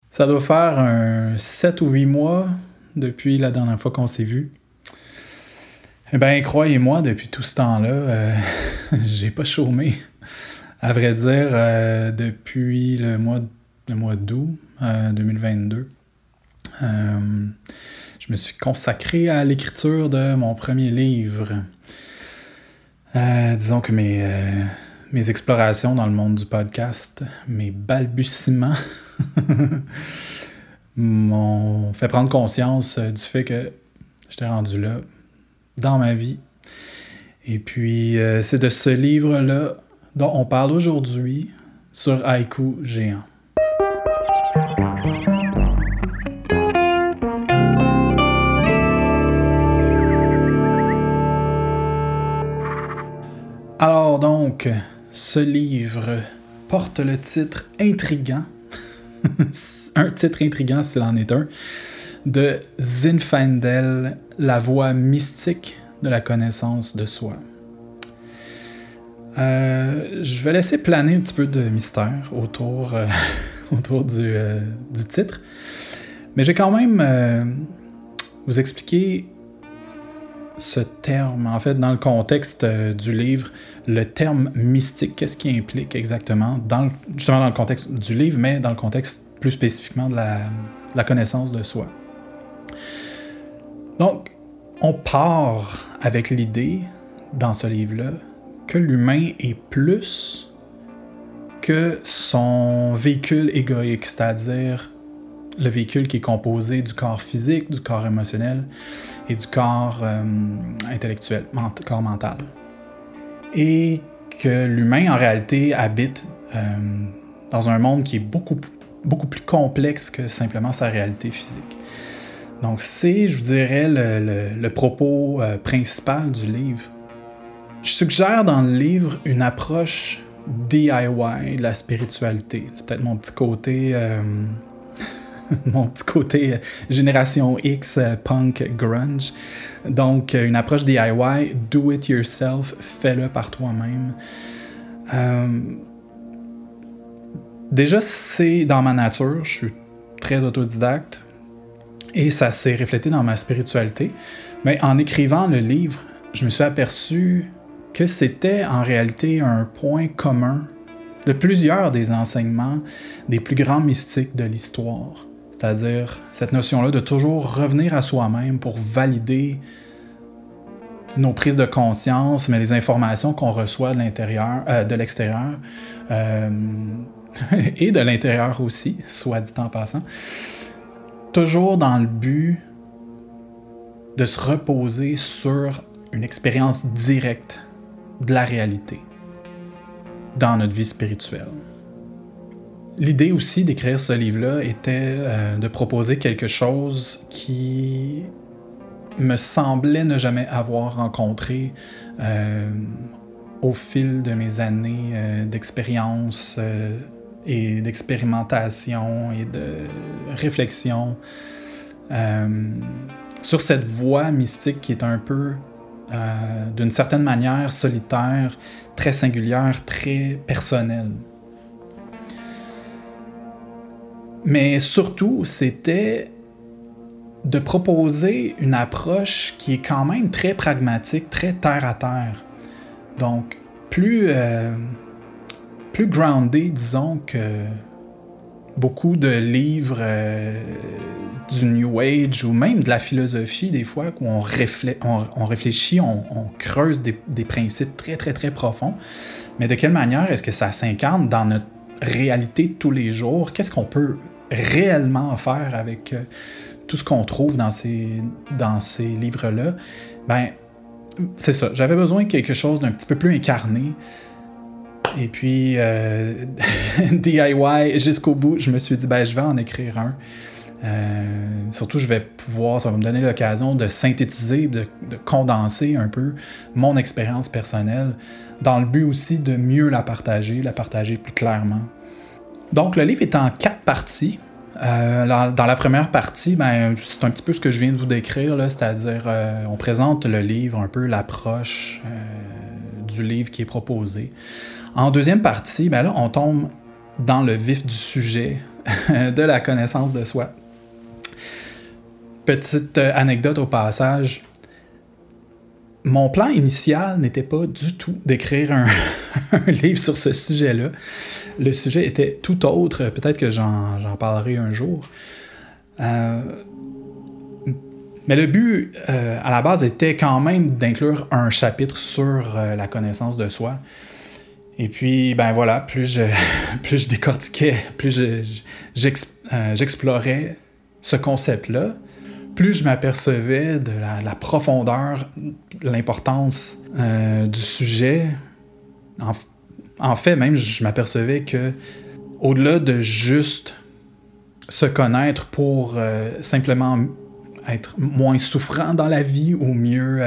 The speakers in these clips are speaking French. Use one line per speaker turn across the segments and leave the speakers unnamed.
Ça doit faire 7 ou 8 mois depuis la dernière fois qu'on s'est vu. Eh bien, croyez-moi, depuis tout ce temps-là, j'ai pas chômé. À vrai dire, depuis le mois d'août 2022, je me suis consacré à l'écriture de mon premier livre. Disons que mes explorations dans le monde du podcast, mes balbutiements, m'ont fait prendre conscience du fait que j'étais rendu là dans ma vie. Et puis, c'est de ce livre-là dont on parle aujourd'hui sur Haïku Géant. Alors donc, ce livre porte le titre intriguant, un titre intriguant s'il en est un, de Zinfandel, la voie mystique de la connaissance de soi. Je vais laisser planer un petit peu de mystère autour du titre, mais je vais quand même vous expliquer ce terme, en fait, dans le contexte du livre, le terme mystique, qu'est-ce qui implique exactement, justement dans le contexte du livre, mais dans le contexte plus spécifiquement de la connaissance de soi. Donc, on part avec l'idée, dans ce livre-là, que l'humain est plus que son véhicule égoïque, c'est-à-dire le véhicule qui est composé du corps physique, du corps émotionnel et du corps intellectuel, corps mental. Et que l'humain, en réalité, habite dans un monde qui est beaucoup plus complexe que simplement sa réalité physique. Donc c'est, je vous dirais, le propos principal du livre. Je suggère dans le livre une approche DIY de la spiritualité. C'est peut-être mon petit côté... génération X, punk, grunge. Donc, une approche DIY, do it yourself, fais-le par toi-même. Déjà, c'est dans ma nature, je suis très autodidacte et ça s'est reflété dans ma spiritualité. Mais en écrivant le livre, je me suis aperçu que c'était en réalité un point commun de plusieurs des enseignements des plus grands mystiques de l'histoire. C'est-à-dire cette notion-là de toujours revenir à soi-même pour valider nos prises de conscience, mais les informations qu'on reçoit de l'extérieur, et de l'intérieur aussi, soit dit en passant, toujours dans le but de se reposer sur une expérience directe de la réalité dans notre vie spirituelle. L'idée aussi d'écrire ce livre-là était de proposer quelque chose qui me semblait ne jamais avoir rencontré au fil de mes années d'expérience et d'expérimentation et de réflexion sur cette voie mystique qui est un peu, d'une certaine manière, solitaire, très singulière, très personnelle. Mais surtout, c'était de proposer une approche qui est quand même très pragmatique, très terre-à-terre. Donc, plus groundé, disons, que beaucoup de livres du New Age ou même de la philosophie, des fois, où on réfléchit, on creuse des principes très, très, très profonds. Mais de quelle manière est-ce que ça s'incarne dans notre réalité de tous les jours? Qu'est-ce qu'on peut réellement faire avec tout ce qu'on trouve dans ces livres-là? Ben, c'est ça. J'avais besoin de quelque chose d'un petit peu plus incarné. Et puis, DIY jusqu'au bout, je me suis dit, ben, je vais en écrire un. Surtout, ça va me donner l'occasion de synthétiser, de condenser un peu mon expérience personnelle, dans le but aussi de mieux la partager plus clairement. Donc, le livre est en 4 parties. Dans la première partie, ben, c'est un petit peu ce que je viens de vous décrire, là, c'est-à-dire on présente le livre, un peu l'approche du livre qui est proposé. En deuxième partie, ben là, on tombe dans le vif du sujet de la connaissance de soi. Petite anecdote au passage. Mon plan initial n'était pas du tout d'écrire un livre sur ce sujet-là. Le sujet était tout autre. Peut-être que j'en parlerai un jour. Mais le but, à la base, était quand même d'inclure un chapitre sur la connaissance de soi. Et puis, ben voilà, plus je décortiquais, plus j'explorais ce concept-là, plus je m'apercevais de la profondeur, de l'importance du sujet. En fait, même, je m'apercevais que, au-delà de juste se connaître pour simplement être moins souffrant dans la vie ou mieux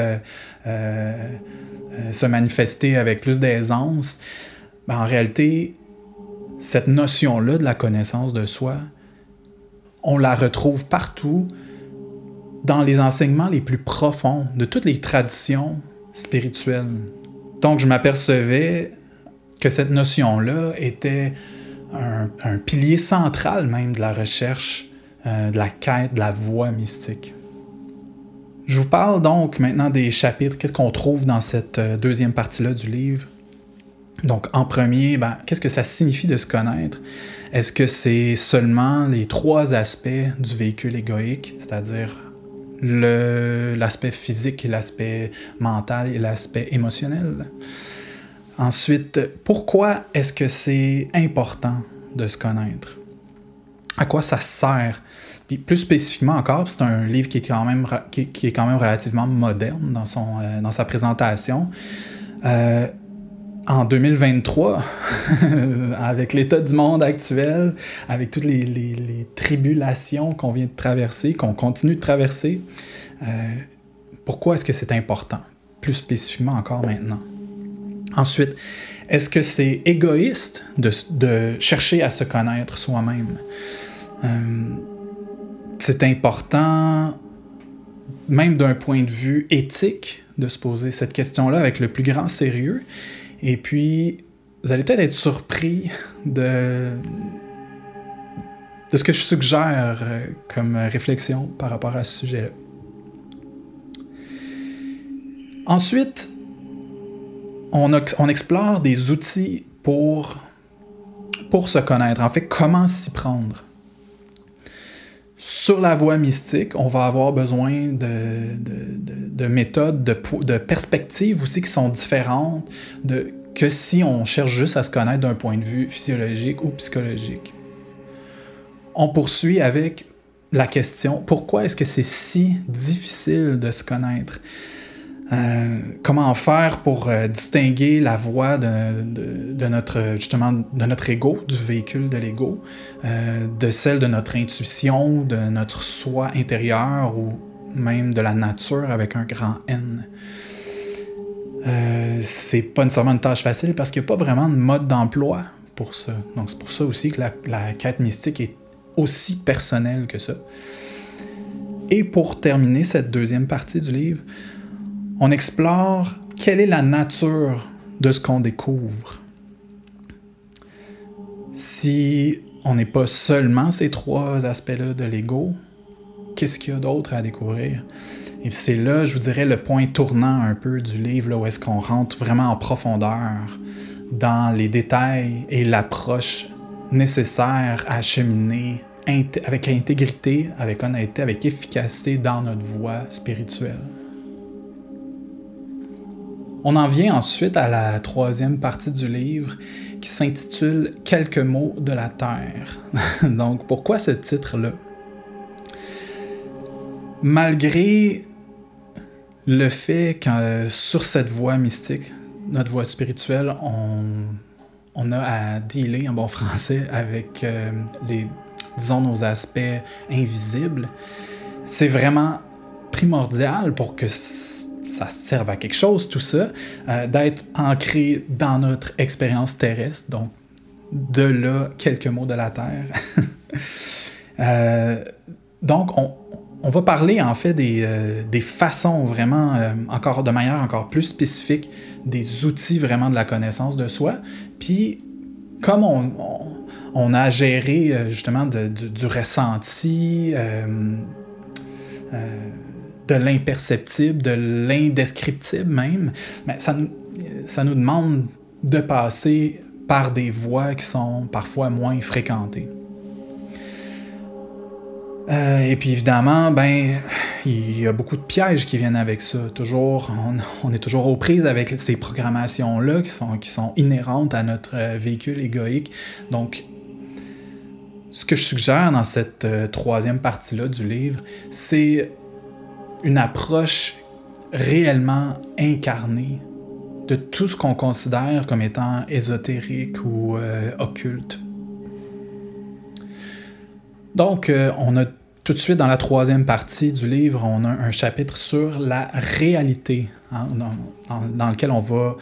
se manifester avec plus d'aisance, ben en réalité, cette notion-là de la connaissance de soi, on la retrouve partout dans les enseignements les plus profonds de toutes les traditions spirituelles. Donc, je m'apercevais que cette notion-là était un pilier central même de la recherche, de la quête, de la voie mystique. Je vous parle donc maintenant des chapitres, qu'est-ce qu'on trouve dans cette deuxième partie-là du livre. Donc, en premier, qu'est-ce que ça signifie de se connaître? Est-ce que c'est seulement les 3 aspects du véhicule égoïque, c'est-à-dire l'aspect physique, l'aspect mental et l'aspect émotionnel? Ensuite, pourquoi est-ce que c'est important de se connaître? À quoi ça sert? Puis plus spécifiquement encore, c'est un livre qui est quand même relativement moderne dans sa présentation. En 2023, avec l'état du monde actuel, avec toutes les tribulations qu'on vient de traverser, qu'on continue de traverser, pourquoi est-ce que c'est important? Plus spécifiquement encore maintenant. Ensuite, est-ce que c'est égoïste de chercher à se connaître soi-même? C'est important, même d'un point de vue éthique, de se poser cette question-là avec le plus grand sérieux. Et puis, vous allez peut-être être surpris de ce que je suggère comme réflexion par rapport à ce sujet-là. Ensuite, on explore des outils pour se connaître. En fait, comment s'y prendre? Sur la voie mystique, on va avoir besoin de méthodes, de perspectives aussi qui sont différentes que si on cherche juste à se connaître d'un point de vue physiologique ou psychologique. On poursuit avec la question, pourquoi est-ce que c'est si difficile de se connaître? Comment faire pour distinguer la voie de notre ego, du véhicule de l'ego, de celle de notre intuition, de notre soi intérieur ou même de la nature avec un grand N. C'est pas nécessairement une tâche facile parce qu'il n'y a pas vraiment de mode d'emploi pour ça. Donc c'est pour ça aussi que la quête mystique est aussi personnelle que ça. Et pour terminer cette deuxième partie du livre, on explore quelle est la nature de ce qu'on découvre. Si on n'est pas seulement ces 3 aspects-là de l'ego, qu'est-ce qu'il y a d'autre à découvrir? Et c'est là, je vous dirais, le point tournant un peu du livre, là, où est-ce qu'on rentre vraiment en profondeur dans les détails et l'approche nécessaire à cheminer avec intégrité, avec honnêteté, avec efficacité dans notre voie spirituelle. On en vient ensuite à la 3e partie du livre qui s'intitule « Quelques mots de la Terre ». Donc, pourquoi ce titre-là? Malgré le fait que sur cette voie mystique, notre voie spirituelle, on a à dealer en bon français avec nos aspects invisibles, c'est vraiment primordial pour que ça serve à quelque chose, tout ça, d'être ancré dans notre expérience terrestre, donc de là, quelques mots de la Terre. Donc, on va parler en fait des façons vraiment, de manière encore plus spécifique, des outils vraiment de la connaissance de soi. Puis, comme On a géré justement du ressenti, de l'imperceptible, de l'indescriptible même. Mais ça nous demande de passer par des voies qui sont parfois moins fréquentées. Et puis évidemment, il y a beaucoup de pièges qui viennent avec ça. On est toujours aux prises avec ces programmations-là qui sont inhérentes à notre véhicule égoïque. Donc, ce que je suggère dans cette troisième partie-là du livre, c'est une approche réellement incarnée de tout ce qu'on considère comme étant ésotérique ou occulte. Donc, on a tout de suite dans la troisième partie du livre, on a un chapitre sur la réalité, hein, dans lequel on va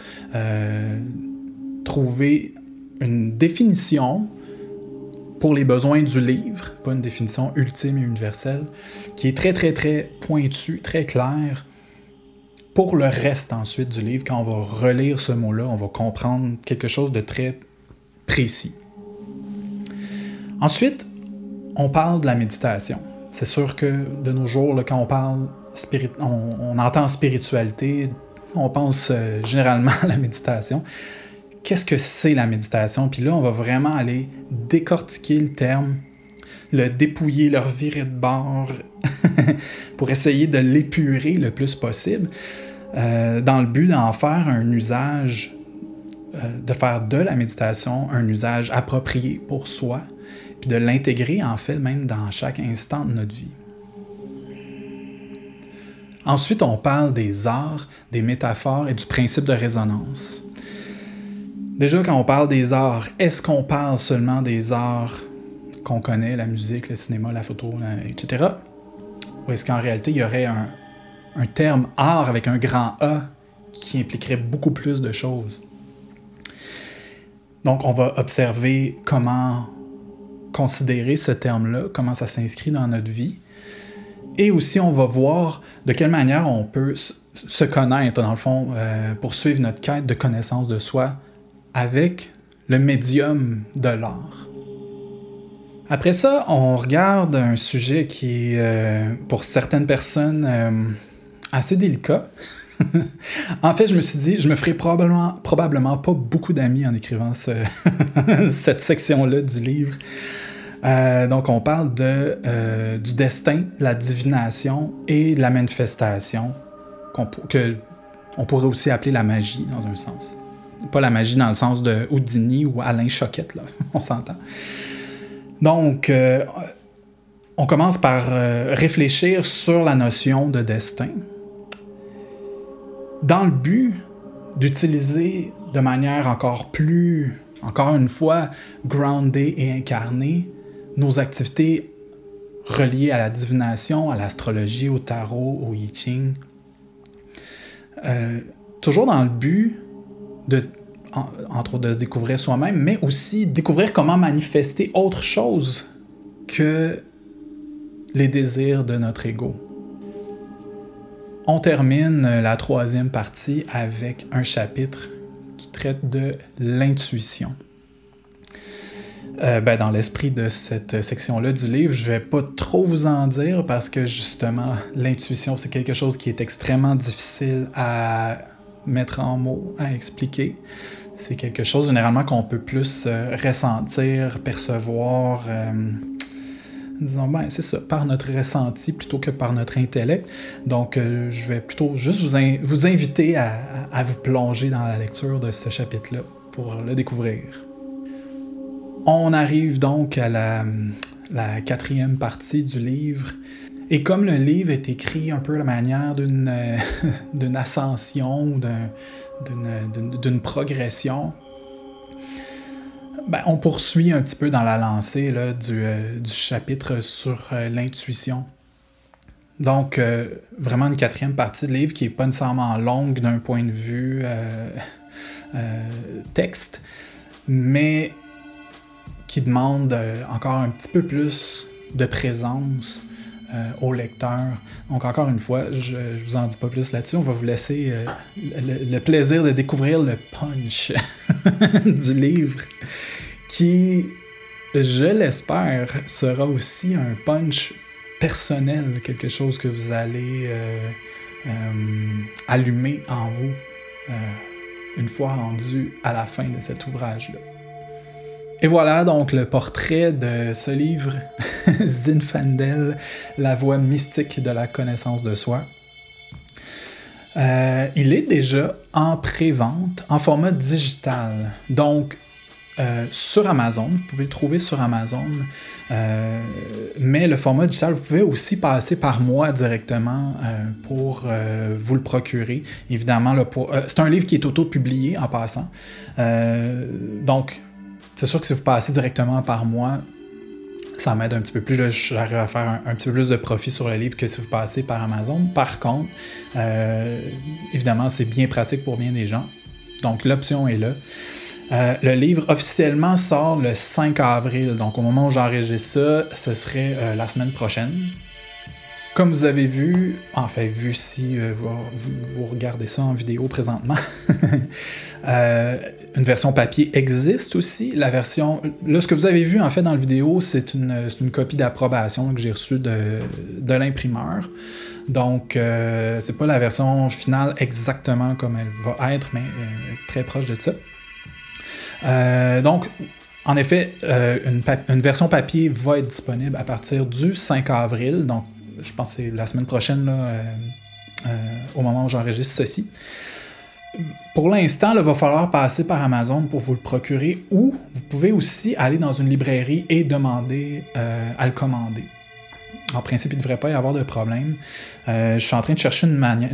trouver une définition pour les besoins du livre, pas une définition ultime et universelle, qui est très, très, très pointue, très claire. Pour le reste ensuite du livre, quand on va relire ce mot-là, on va comprendre quelque chose de très précis. Ensuite, on parle de la méditation. C'est sûr que de nos jours, là, quand on parle on entend spiritualité, on pense généralement à la méditation. Qu'est-ce que c'est la méditation? Puis là, on va vraiment aller décortiquer le terme, le dépouiller, le revirer de bord pour essayer de l'épurer le plus possible, dans le but d'en faire un usage, de faire de la méditation un usage approprié pour soi, puis de l'intégrer en fait même dans chaque instant de notre vie. Ensuite, on parle des arts, des métaphores et du principe de résonance. Déjà, quand on parle des arts, est-ce qu'on parle seulement des arts qu'on connaît, la musique, le cinéma, la photo, etc. Ou est-ce qu'en réalité, il y aurait un terme « art » avec un grand « A » qui impliquerait beaucoup plus de choses? Donc, on va observer comment considérer ce terme-là, comment ça s'inscrit dans notre vie. Et aussi, on va voir de quelle manière on peut se connaître, dans le fond, poursuivre notre quête de connaissance de soi avec le médium de l'art. Après ça, on regarde un sujet qui est, pour certaines personnes, assez délicat. En fait, je me suis dit, je me ferai probablement pas beaucoup d'amis en écrivant cette section-là du livre. Donc, on parle du destin, la divination et de la manifestation, que on pourrait aussi appeler la magie, dans un sens. Pas la magie dans le sens de Houdini ou Alain Choquette, là, on s'entend. Donc, on commence par réfléchir sur la notion de destin, dans le but d'utiliser de manière encore une fois, groundée et incarnée, nos activités reliées à la divination, à l'astrologie, au tarot, au I Ching. Toujours dans le but entre autres de se découvrir soi-même, mais aussi découvrir comment manifester autre chose que les désirs de notre ego. On termine la troisième partie avec un chapitre qui traite de l'intuition. Dans l'esprit de cette section-là du livre, je vais pas trop vous en dire parce que justement, l'intuition, c'est quelque chose qui est extrêmement difficile à mettre en mots, à expliquer. C'est quelque chose généralement qu'on peut plus ressentir, percevoir, disons, c'est ça, par notre ressenti plutôt que par notre intellect. Donc, je vais plutôt juste vous inviter à vous plonger dans la lecture de ce chapitre-là pour le découvrir. On arrive donc à la quatrième partie du livre. Et comme le livre est écrit un peu à la manière d'une ascension, d'une progression, on poursuit un petit peu dans la lancée là, du chapitre sur l'intuition. Donc, vraiment une quatrième partie du livre qui n'est pas nécessairement longue d'un point de vue texte, mais qui demande encore un petit peu plus de présence au lecteur. Donc encore une fois, je vous en dis pas plus là-dessus, on va vous laisser le plaisir de découvrir le punch du livre qui je l'espère, sera aussi un punch personnel, quelque chose que vous allez allumer en vous une fois rendu à la fin de cet ouvrage-là. Et voilà donc le portrait de ce livre, Zinfandel, la voie mystique de la connaissance de soi. Il est déjà en pré-vente, en format digital. Donc, sur Amazon, vous pouvez le trouver sur Amazon, mais le format digital, vous pouvez aussi passer par moi directement pour vous le procurer. Évidemment, c'est un livre qui est auto-publié en passant. Donc, c'est sûr que si vous passez directement par moi, ça m'aide un petit peu plus. J'arrive à faire un petit peu plus de profit sur le livre que si vous passez par Amazon. Par contre, évidemment, c'est bien pratique pour bien des gens. Donc, l'option est là. Le livre officiellement sort le 5 avril. Donc, au moment où j'enregistre ça, ce serait la semaine prochaine. Comme vous avez vu, si vous regardez ça en vidéo présentement, une version papier existe aussi. La version, là, ce que vous avez vu en fait dans la vidéo, c'est une copie d'approbation que j'ai reçue de l'imprimeur. Donc, c'est pas la version finale exactement comme elle va être, mais très proche de ça. Donc, en effet, une version papier va être disponible à partir du 5 avril. Donc, je pense que c'est la semaine prochaine, là, au moment où j'enregistre ceci. Pour l'instant, il va falloir passer par Amazon pour vous le procurer, ou vous pouvez aussi aller dans une librairie et demander à le commander. En principe, il ne devrait pas y avoir de problème. Je suis en train de chercher une manière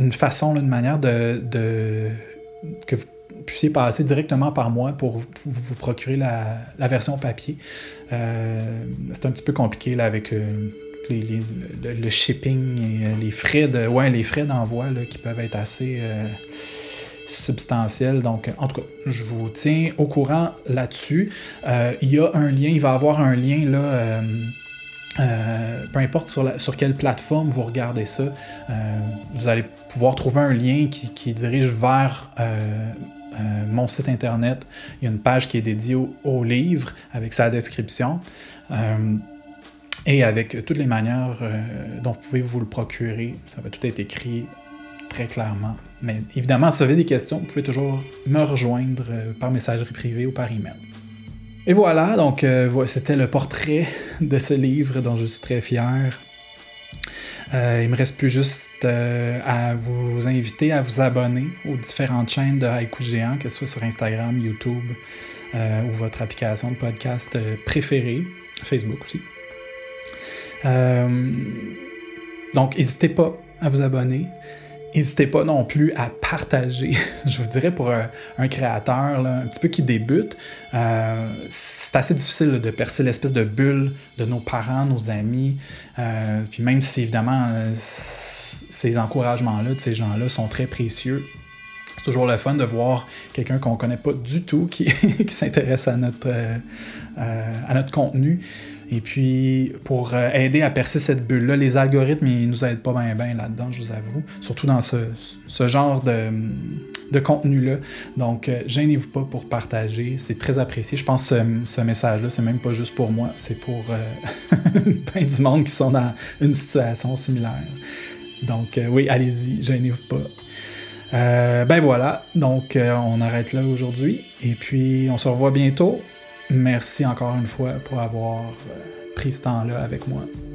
que vous puissiez passer directement par moi pour vous procurer la version papier. C'est un petit peu compliqué là, avec le shipping et les frais d'envoi là, qui peuvent être assez substantiels. Donc, en tout cas, je vous tiens au courant là-dessus. Il va y avoir un lien là. Peu importe sur quelle plateforme vous regardez ça, vous allez pouvoir trouver un lien qui dirige vers mon site internet. Il y a une page qui est dédiée au livre avec sa description et avec toutes les manières dont vous pouvez vous le procurer. Ça va tout être écrit très clairement. Mais évidemment, si vous avez des questions, vous pouvez toujours me rejoindre par messagerie privée ou par email. Et voilà, donc c'était le portrait de ce livre dont je suis très fier. Il me reste plus juste à vous inviter à vous abonner aux différentes chaînes de Haïku Géant, que ce soit sur Instagram, YouTube ou votre application de podcast préférée, Facebook aussi. Donc, n'hésitez pas à vous abonner. N'hésitez pas non plus à partager. Je vous dirais pour un créateur là, un petit peu qui débute, c'est assez difficile là, de percer l'espèce de bulle de nos parents, nos amis. Puis même si évidemment ces encouragements-là de ces gens-là sont très précieux, c'est toujours le fun de voir quelqu'un qu'on ne connaît pas du tout qui s'intéresse à notre contenu. Et puis, pour aider à percer cette bulle-là, les algorithmes, ils nous aident pas bien là-dedans, je vous avoue. Surtout dans ce genre de contenu-là. Donc, gênez-vous pas pour partager. C'est très apprécié. Je pense que ce message-là, c'est même pas juste pour moi. C'est pour plein du monde qui sont dans une situation similaire. Donc, oui, allez-y, gênez-vous pas. Ben voilà. Donc, on arrête là aujourd'hui. Et puis, on se revoit bientôt. Merci encore une fois pour avoir pris ce temps-là avec moi.